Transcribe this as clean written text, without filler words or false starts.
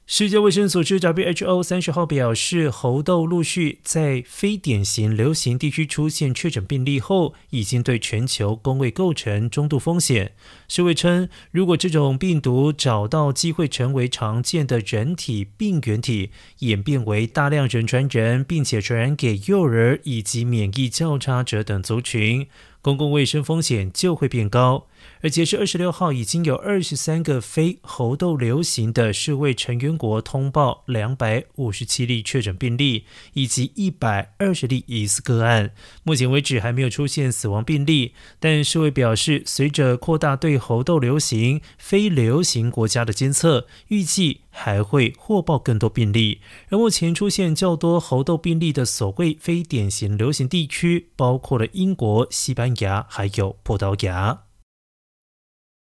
世界卫生组织 WHO 30号表示，猴痘陆续在非典型流行地区出现确诊病例后，已经对全球公卫构成中度风险。世卫称，如果这种病毒找到机会成为常见的人体病原体，演变为大量人传人，并且传染给幼儿以及免疫较差者等族群，公共卫生风险就会变高。而截至26号，已经有23个非猴痘流行的世卫成员国通报257例确诊病例，以及120例疑似个案。目前为止还没有出现死亡病例，但世卫表示，随着扩大对猴痘流行、非流行国家的监测，预计还会获报更多病例。而目前出现较多猴痘病例的所谓非典型流行地区，包括了英国、西班牙还有葡萄牙。